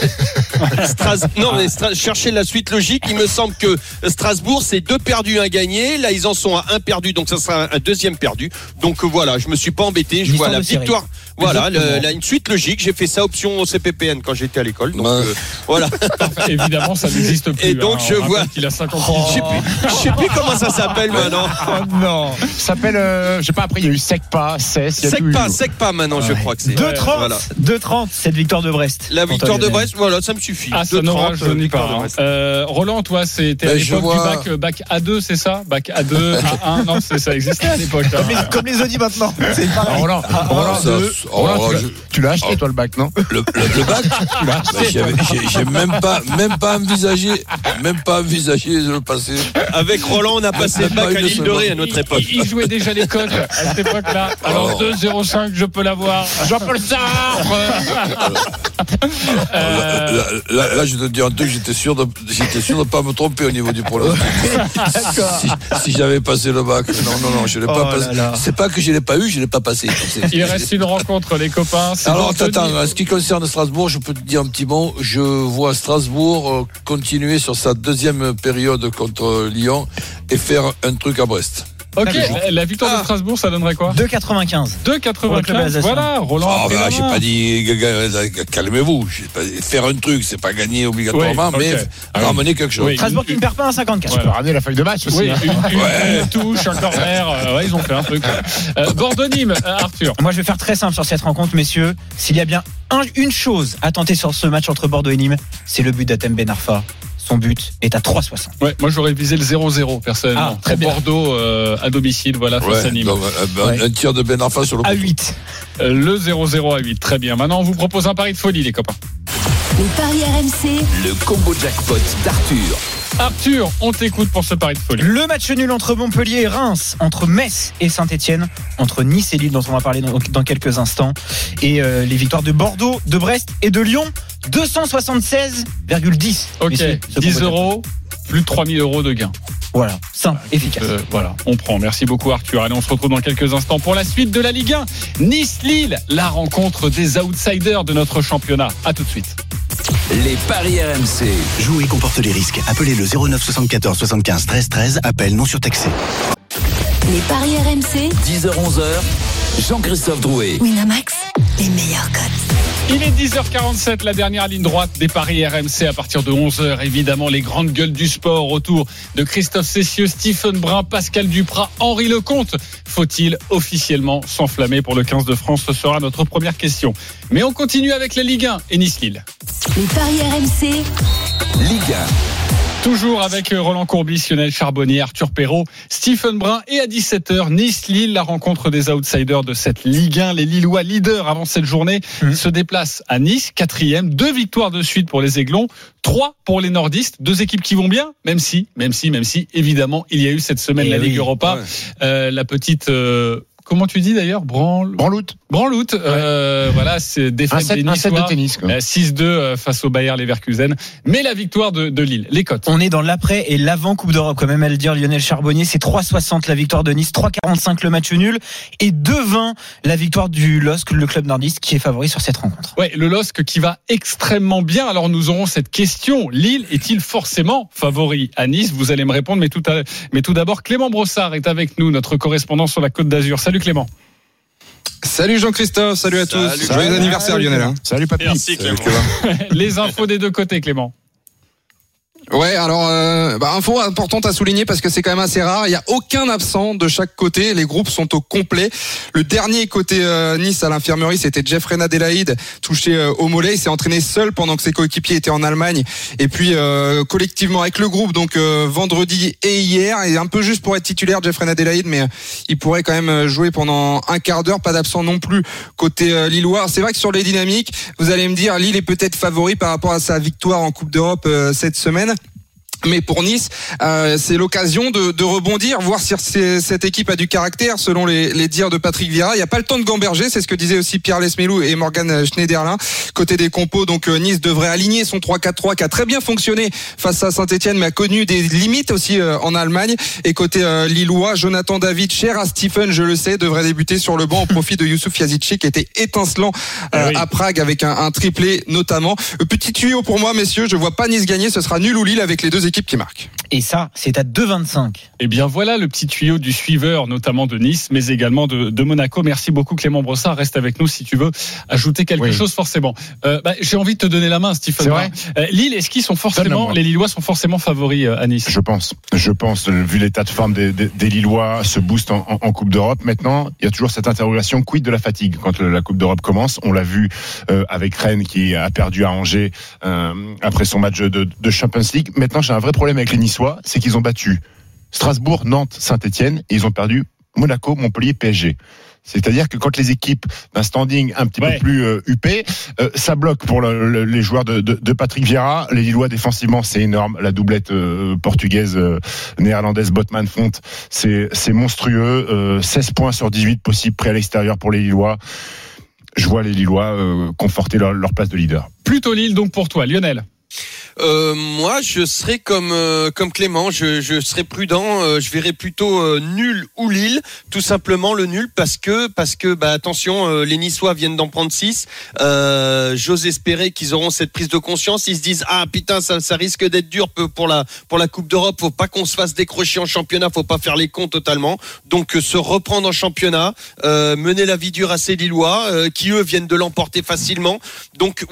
Chercher la suite logique. Il me semble que Strasbourg, c'est 2 perdus, 1 gagné. Là, ils en sont à 1 perdu, donc ça sera un deuxième perdu. Donc voilà, je me suis pas embêté. Je vois la victoire. Voilà, une suite logique. J'ai fait ça option au CPPN quand j'étais à l'école. Donc voilà. Évidemment, ça n'existe plus. Et donc je vois qu'il a 50 ans. Je sais plus comment ça s'appelle maintenant. Non, ça s'appelle je sais pas, après il y a eu Secpa, Secpa maintenant, je crois que c'est 2-30 cette victoire de Brest. La victoire de Brest, voilà, ça me suffit. Ça ne rajeunit pas. Roland, toi, c'était à l'époque du bac A2, c'est ça? Bac A2, A1, non, ça existait à l'époque. Comme les Audi maintenant. C'est pareil. Roland, tu l'as acheté toi le bac, non? Le bac? J'ai même pas envisagé de le passer. Avec Roland, on a passé le bac à l'île de Ré à notre époque. Il jouait déjà les codes à cette époque-là. Alors 2-0-5, je peux l'avoir. Jean-Paul Sartre. Là, je te dis un truc, j'étais sûr de pas me tromper au niveau du pronostic. Si j'avais passé le bac, non, je l'ai pas passé. C'est pas que je l'ai pas eu, je l'ai pas passé. Il reste une rencontre, les copains. Alors attends, en ce qui concerne Strasbourg, je peux te dire un petit mot. Je vois Strasbourg continuer sur sa deuxième période contre Lyon et faire un truc à Brest. Ok, la victoire de Strasbourg, ça donnerait quoi? 2,95. 2,95. Voilà, Roland. J'ai pas dit calmez-vous. Faire un truc, c'est pas gagner obligatoirement, mais ramener quelque chose. Strasbourg qui ne perd pas un 54. Tu peux ramener la feuille de match aussi. Oui, une touche, un corner. Ils ont fait un truc. Bordeaux-Nîmes, Arthur. Moi, je vais faire très simple sur cette rencontre, messieurs. S'il y a bien une chose à tenter sur ce match entre Bordeaux et Nîmes, c'est le but d'Atem Ben Arfa. Son but est à 3,60. Ouais, moi j'aurais visé le 0-0 personnellement. Très Bordeaux à domicile, voilà, face à Nîmes. Donc, un tir de Ben Arfa sur le à 8. Le 0-0 à 8, très bien. Maintenant, on vous propose un pari de folie, les copains. Les paris RMC. Le combo jackpot d'Arthur. Arthur, on t'écoute pour ce pari de folie. Le match nul entre Montpellier et Reims, entre Metz et Saint-Etienne, entre Nice et Lille, dont on va parler dans quelques instants, et les victoires de Bordeaux, de Brest et de Lyon, 276,10. Ok, 10 €, plus de 3 000 € de gain. Voilà, simple, efficace. Voilà, on prend. Merci beaucoup Arthur. Allez, on se retrouve dans quelques instants pour la suite de la Ligue 1. Nice-Lille, la rencontre des outsiders de notre championnat. À tout de suite. Les paris RMC. Jouer comporte les risques. Appelez le 09 74 75 13 13. Appel non surtaxé. Les paris RMC. 10h-11h. Jean-Christophe Drouet. Winamax, les meilleurs codes. Il est 10h47, la dernière ligne droite des paris RMC à partir de 11h. Évidemment, les grandes gueules du sport autour de Christophe Cessieux, Stephen Brun, Pascal Duprat, Henri Lecomte. Faut-il officiellement s'enflammer pour le 15 de France? Ce sera notre première question. Mais on continue avec la Ligue 1 et Nice-Lille. Les paris RMC. Ligue 1. Toujours avec Roland Courbis, Lionel Charbonnier, Arthur Perrault, Stephen Brun et à 17h, Nice-Lille, la rencontre des outsiders de cette Ligue 1. Les Lillois leaders avant cette journée se déplacent à Nice, 4e, 2 victoires de suite pour les Aiglons, 3 pour les Nordistes, 2 équipes qui vont bien, même si, évidemment, il y a eu cette semaine la Ligue Europa, la petite comment tu dis d'ailleurs, Branlout. Voilà, c'est défaite des Niçois, de tennis, 6-2 face au Bayer Leverkusen, mais la victoire de Lille. Les cotes. On est dans l'après et l'avant Coupe d'Europe, quand même à le dire, Lionel Charbonnier. C'est 3,60 la victoire de Nice, 3,45 le match nul et 2,20 la victoire du LOSC, le club nordiste qui est favori sur cette rencontre. Ouais, le LOSC qui va extrêmement bien. Alors nous aurons cette question. Lille est-il forcément favori à Nice? Vous allez me répondre, mais tout d'abord, Clément Brossard est avec nous, notre correspondant sur la Côte d'Azur. Salut Clément. Salut Jean-Christophe, salut à tous. Joyeux anniversaire Lionel. Salut papy. Merci Clément. Les infos des deux côtés, Clément. Ouais, alors info importante à souligner parce que c'est quand même assez rare. Il y a aucun absent de chaque côté. Les groupes sont au complet. Le dernier côté Nice à l'infirmerie, c'était Jeffrey Adelaide, touché au mollet. Il s'est entraîné seul pendant que ses coéquipiers étaient en Allemagne. Et puis collectivement avec le groupe, donc vendredi et hier, et un peu juste pour être titulaire Jeffrey Adelaide, mais il pourrait quand même jouer pendant un quart d'heure. Pas d'absent non plus côté lillois. Alors, c'est vrai que sur les dynamiques, vous allez me dire, Lille est peut-être favori par rapport à sa victoire en Coupe d'Europe cette semaine. Mais pour Nice, c'est l'occasion de rebondir, voir si cette équipe a du caractère, selon les dires de Patrick Vieira. Il n'y a pas le temps de gamberger, c'est ce que disaient aussi Pierre Lesmelou et Morgan Schneiderlin. Côté des compos, donc Nice devrait aligner son 3-4-3 qui a très bien fonctionné face à Saint-Etienne, mais a connu des limites aussi en Allemagne. Et côté lillois, Jonathan David, cher à Stephen, je le sais, devrait débuter sur le banc au profit de Youssouf Yazici qui était étincelant à Prague avec un triplé notamment. Petit tuyau pour moi, messieurs, je vois pas Nice gagner, ce sera nul ou Lille avec les deux équipes qui marquent. Et ça, c'est à 2,25. Eh bien voilà le petit tuyau du suiveur, notamment de Nice, mais également de Monaco. Merci beaucoup Clément Brossard. Reste avec nous si tu veux ajouter quelque chose forcément. J'ai envie de te donner la main, Stephen. Lille, est-ce qu'ils sont forcément, les Lillois sont forcément favoris à Nice? Je pense, vu l'état de forme des Lillois, ce boost en Coupe d'Europe. Maintenant, il y a toujours cette interrogation, quid de la fatigue quand la Coupe d'Europe commence. On l'a vu avec Rennes qui a perdu à Angers après son match de Champions League. Maintenant, j'ai un vrai problème avec les Niçois, c'est qu'ils ont battu Strasbourg, Nantes, Saint-Etienne et ils ont perdu Monaco, Montpellier, PSG. C'est-à-dire que quand les équipes d'un standing un petit peu plus huppé, ça bloque pour les joueurs de Patrick Vieira. Les Lillois défensivement, c'est énorme. La doublette portugaise, néerlandaise, Botman-Font, c'est monstrueux. 16 points sur 18 possibles prêts à l'extérieur pour les Lillois. Je vois les Lillois conforter leur place de leader. Plutôt Lille donc pour toi, Lionel. Moi, je serais comme Clément, je serais prudent. Je verrais plutôt nul ou Lille, tout simplement le nul parce que attention, les Niçois viennent d'en prendre 6. J'ose espérer qu'ils auront cette prise de conscience. Ils se disent putain, ça risque d'être dur pour la Coupe d'Europe. Faut pas qu'on se fasse décrocher en championnat. Faut pas faire les cons totalement. Donc se reprendre en championnat, mener la vie dure à ces Lillois qui eux viennent de l'emporter facilement. Donc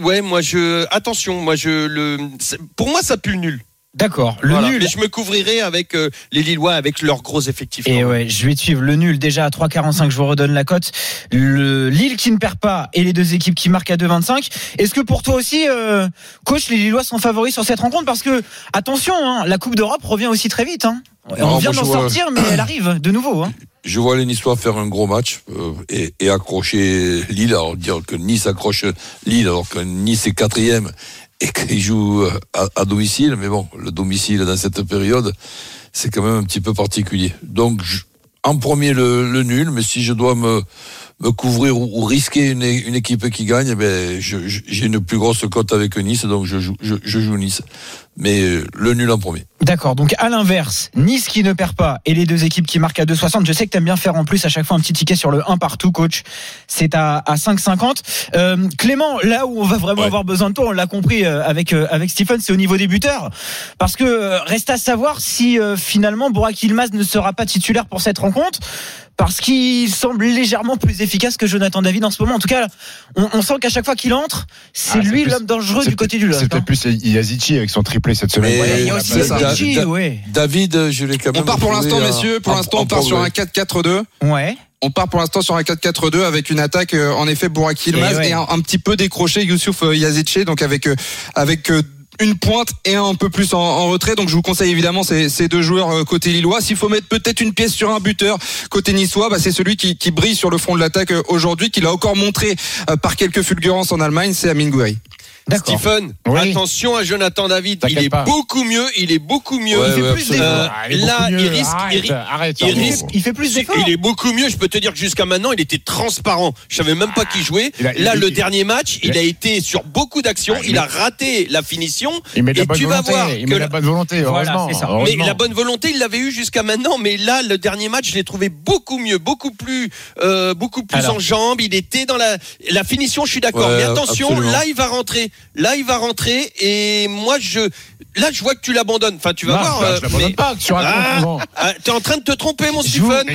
pour moi, ça pue le nul. D'accord, nul. Mais je me couvrirai avec les Lillois avec leurs gros effectifs. Et je vais te suivre. Le nul déjà à 3,45, je vous redonne la cote. Le Lille qui ne perd pas et les deux équipes qui marquent à 2,25. Est-ce que pour toi aussi, coach, les Lillois sont favoris sur cette rencontre? Parce que, attention, la Coupe d'Europe revient aussi très vite. On vient d'en sortir, mais elle arrive de nouveau. Je vois les Niçois faire un gros match et accrocher Lille. Alors dire que Nice accroche Lille alors que Nice est 4e et qu'il joue à domicile, mais bon, le domicile dans cette période, c'est quand même un petit peu particulier. Donc, en premier, le nul, mais si je dois me couvrir ou risquer une équipe qui gagne, j'ai une plus grosse cote avec Nice, donc je joue Nice. Mais le nul en premier. D'accord, donc à l'inverse, Nice qui ne perd pas et les deux équipes qui marquent à 2,60. Je sais que tu aimes bien faire en plus à chaque fois un petit ticket sur le 1 partout, coach. C'est à 5,50. Clément, là où on va vraiment avoir besoin de toi, on l'a compris avec Stephen, c'est au niveau des buteurs. Parce que reste à savoir si finalement Burak Yilmaz ne sera pas titulaire pour cette rencontre. Parce qu'il semble légèrement plus efficace que Jonathan David en ce moment. En tout cas, on sent qu'à chaque fois qu'il entre, c'est lui l'homme dangereux du côté du LOSC. C'était plus Yazici avec son triplé cette semaine. Il y a aussi Yazici, David, je l'ai quand même. On part pour l'instant, messieurs. Pour l'instant, on part sur un 4-4-2. Ouais. On part pour l'instant sur un 4-4-2 avec une attaque, en effet, Burak Yilmaz et un petit peu décroché Youssouf Yazici, donc avec une pointe et un peu plus en retrait. Donc je vous conseille évidemment ces deux joueurs côté lillois. S'il faut mettre peut-être une pièce sur un buteur côté niçois, c'est celui qui brille sur le front de l'attaque aujourd'hui, qui l'a encore montré par quelques fulgurances en Allemagne, c'est Amine Gouiri. D'accord. Stephen, attention à Jonathan David. Il est beaucoup mieux. Il fait plus d'efforts. Là, il risque. Il fait plus d'efforts. Il est beaucoup mieux. Je peux te dire que jusqu'à maintenant, il était transparent. Je savais même pas qui jouait. Là, le dernier match, il a été sur beaucoup d'actions. Il a raté la finition. Il met de la bonne tu vas volonté. voir Il met de la bonne volonté. Heureusement. Voilà, c'est ça. Mais la bonne volonté, il l'avait eu jusqu'à maintenant. Mais là, le dernier match, je l'ai trouvé beaucoup mieux, beaucoup plus en jambes. Il était dans la finition. Je suis d'accord. Mais attention, absolument. Là, il va rentrer. Et moi, je vois que tu l'abandonnes. Enfin, tu vas voir. Je l'abandonne pas. T'es en train de te tromper, mon Stephen.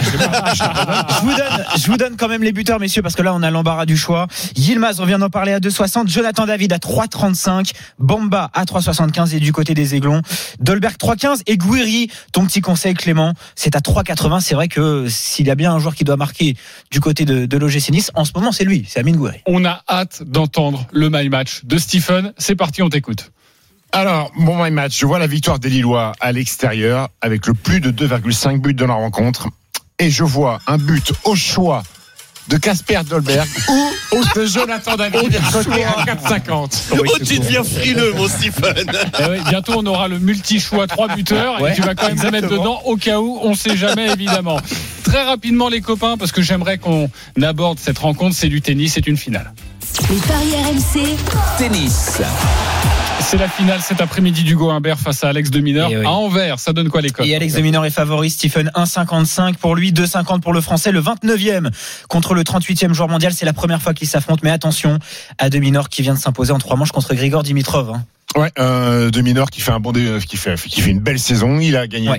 Je vous donne quand même les buteurs, messieurs, parce que là, on a l'embarras du choix. Yilmaz, on vient d'en parler à 2,60. Jonathan David à 3,35. Bamba à 3,75. Et du côté des Aiglons, Dolberg 3,15. Et Gouiri, ton petit conseil, Clément, c'est à 3,80. C'est vrai que s'il y a bien un joueur qui doit marquer du côté de l'OGC Nice, en ce moment, c'est lui, c'est Amine Gouiri. On a hâte d'entendre le my match de Stephen. C'est parti, on t'écoute. Alors, mon my match, je vois la victoire des Lillois à l'extérieur avec le plus de 2,5 buts dans la rencontre. Et je vois un but au choix de Kasper Dolberg ou de Jonathan David côté à 4,50. Tu deviens frileux, mon Stephen. Bientôt, on aura le multi-choix 3 buteurs et tu vas quand même les mettre dedans au cas où, on sait jamais, évidemment. Très rapidement, les copains, parce que j'aimerais qu'on aborde cette rencontre, c'est du tennis, c'est une finale. Les paris RMC. Tennis. C'est la finale cet après-midi d'Hugo Humbert face à Alex de Minaur à Anvers. Ça donne quoi les codes? Et Alex de Minaur est favori. Stephen 1,55 pour lui, 2,50 pour le Français. Le 29e contre le 38e joueur mondial. C'est la première fois qu'ils s'affrontent. Mais attention à de Minaur qui vient de s'imposer en 3 manches contre Grigor Dimitrov. Ouais, de Minaur qui fait qui fait une belle saison. Il a gagné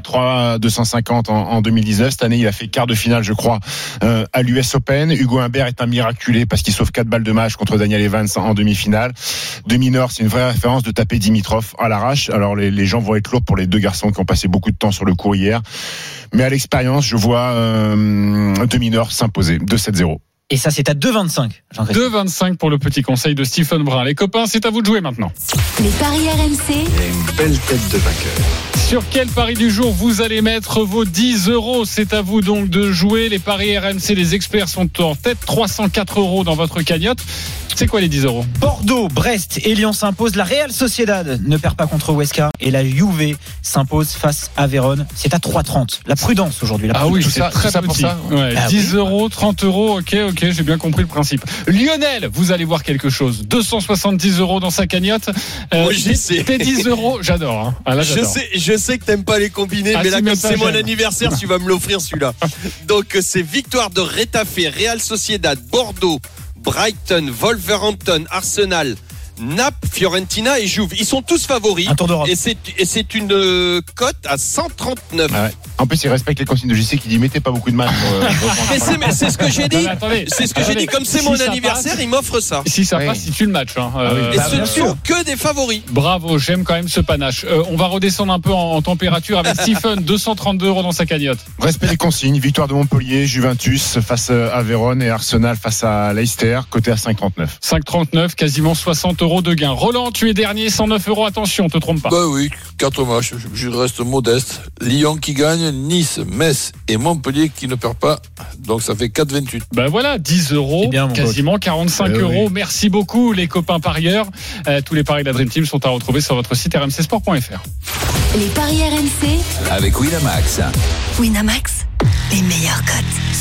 250 en 2019. Cette année, il a fait quart de finale, je crois, à l'US Open. Hugo Humbert est un miraculé parce qu'il sauve 4 balles de match contre Daniel Evans en demi-finale. De Minaur, c'est une vraie référence de taper Dimitrov à l'arrache. Alors les gens vont être lourds pour les deux garçons qui ont passé beaucoup de temps sur le court hier. Mais à l'expérience, je vois de Minaur s'imposer 2-7-0. Et ça, c'est à 2,25. 2,25 pour le petit conseil de Stephen Brun. Les copains, c'est à vous de jouer maintenant. Les paris RMC. Il y a une belle tête de vainqueur. Sur quel pari du jour vous allez mettre vos 10 €? C'est à vous donc de jouer. Les paris RMC, les experts sont en tête. 304 € dans votre cagnotte. C'est quoi les 10 €? Bordeaux, Brest et Lyon s'imposent. La Real Sociedad ne perd pas contre Huesca. Et la Juve s'impose face à Vérone. C'est à 3,30. La prudence aujourd'hui. Oui, c'est très petit. Pour ça. Ouais, 10 €, 30 €. Ok, j'ai bien compris le principe. Lionel, vous allez voir quelque chose. 270 € dans sa cagnotte. Tes 10 €, j'adore. Hein. Ah, là, je sais que t'aimes pas les combinés, mais là, comme c'est mon anniversaire, tu vas me l'offrir celui-là. Donc, c'est victoire de Retafe, Real Sociedad, Bordeaux, Brighton, Wolverhampton, Arsenal, Naples, Fiorentina et Juve. Ils sont tous favoris. Un tour d'Europe. Et c'est une cote à 139. Ah ouais. En plus, il respecte les consignes de JC qui dit mettez pas beaucoup de mal. Mais c'est ce que j'ai dit. C'est ce que j'ai dit. Comme c'est mon anniversaire, il m'offre ça. Si ça passe, si tu le match. Et ce ne sont que des favoris. Bravo, j'aime quand même ce panache. On va redescendre un peu en température avec Stephen. 232 € dans sa cagnotte. Respect des consignes. Victoire de Montpellier, Juventus face à Vérone et Arsenal face à Leicester, côté à 5,39. 5,39, quasiment 60 € de gain. Roland, tu es dernier, 109 €. Attention, te trompe pas. Bah oui, 4 matchs. Je reste modeste. Lyon qui gagne, Nice, Metz et Montpellier qui ne perd pas. Donc ça fait 4,28. Ben voilà, 10 €, bien, quasiment 45 €. Oui. Merci beaucoup les copains parieurs. Tous les paris de la Dream Team sont à retrouver sur votre site rmcsport.fr. Les paris RMC avec Winamax. Winamax, les meilleurs cotes.